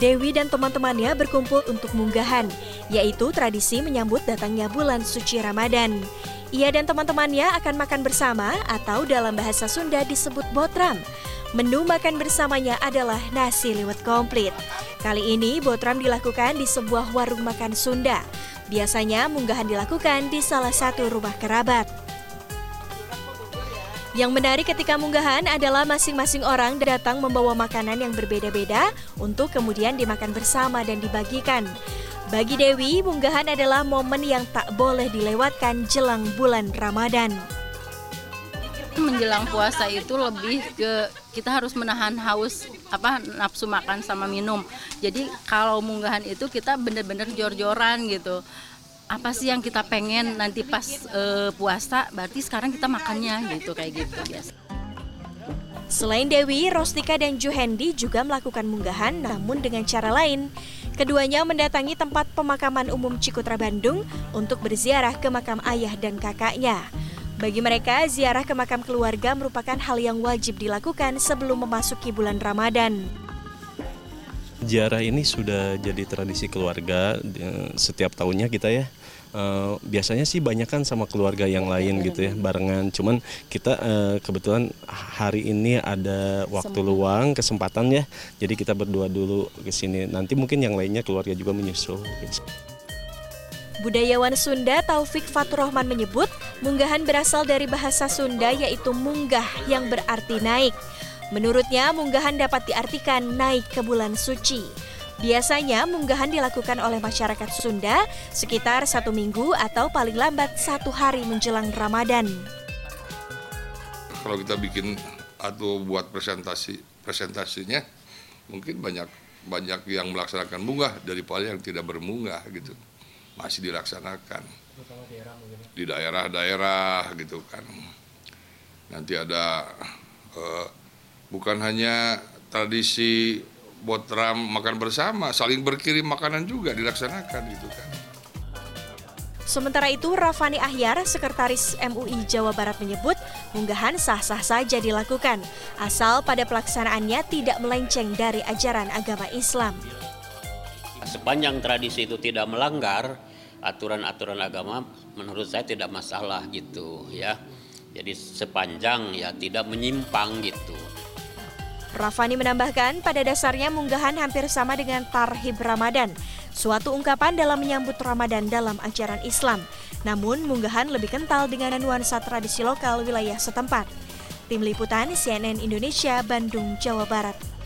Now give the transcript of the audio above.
Dewi dan teman-temannya berkumpul untuk munggahan, yaitu tradisi menyambut datangnya bulan suci Ramadan. Ia dan teman-temannya akan makan bersama atau dalam bahasa Sunda disebut botram. Menu makan bersamanya adalah nasi liwet komplit. Kali ini botram dilakukan di sebuah warung makan Sunda. Biasanya munggahan dilakukan di salah satu rumah kerabat. Yang menarik ketika munggahan adalah masing-masing orang datang membawa makanan yang berbeda-beda untuk kemudian dimakan bersama dan dibagikan. Bagi Dewi, munggahan adalah momen yang tak boleh dilewatkan jelang bulan Ramadan. Menjelang puasa itu lebih ke kita harus menahan haus, nafsu makan sama minum. Jadi kalau munggahan itu kita benar-benar jor-joran gitu. Apa sih yang kita pengen nanti pas puasa, berarti sekarang kita makannya gitu, kayak gitu biasa. Selain Dewi, Rostika dan Juhendi juga melakukan munggahan namun dengan cara lain. Keduanya mendatangi tempat pemakaman umum Cikutra Bandung untuk berziarah ke makam ayah dan kakaknya. Bagi mereka, ziarah ke makam keluarga merupakan hal yang wajib dilakukan sebelum memasuki bulan Ramadan. Ziarah ini sudah jadi tradisi keluarga setiap tahunnya kita ya. Biasanya sih banyakan sama keluarga yang lain gitu ya, barengan. Cuman kita kebetulan hari ini ada waktu luang, kesempatan ya. Jadi kita berdua dulu ke sini. Nanti mungkin yang lainnya keluarga juga menyusul. Budayawan Sunda Taufik Faturrahman menyebut, munggahan berasal dari bahasa Sunda yaitu munggah yang berarti naik. Menurutnya, munggahan dapat diartikan naik ke bulan suci. Biasanya, munggahan dilakukan oleh masyarakat Sunda sekitar 1 minggu atau paling lambat 1 hari menjelang Ramadan. Kalau kita bikin atau buat presentasinya, mungkin banyak yang melaksanakan munggah daripada yang tidak bermunggah gitu. Masih dilaksanakan di daerah-daerah gitu kan. Nanti ada bukan hanya tradisi botram makan bersama, saling berkirim makanan juga dilaksanakan gitu kan. Sementara itu, Rafani Ahyar, Sekretaris MUI Jawa Barat menyebut, munggahan sah-sah saja dilakukan, asal pada pelaksanaannya tidak melenceng dari ajaran agama Islam. Sepanjang tradisi itu tidak melanggar aturan-aturan agama, menurut saya tidak masalah gitu ya. Jadi sepanjang ya tidak menyimpang gitu. Rafani menambahkan, pada dasarnya munggahan hampir sama dengan tarhib Ramadan, suatu ungkapan dalam menyambut Ramadan dalam ajaran Islam. Namun, munggahan lebih kental dengan nuansa tradisi lokal wilayah setempat. Tim Liputan CNN Indonesia, Bandung, Jawa Barat.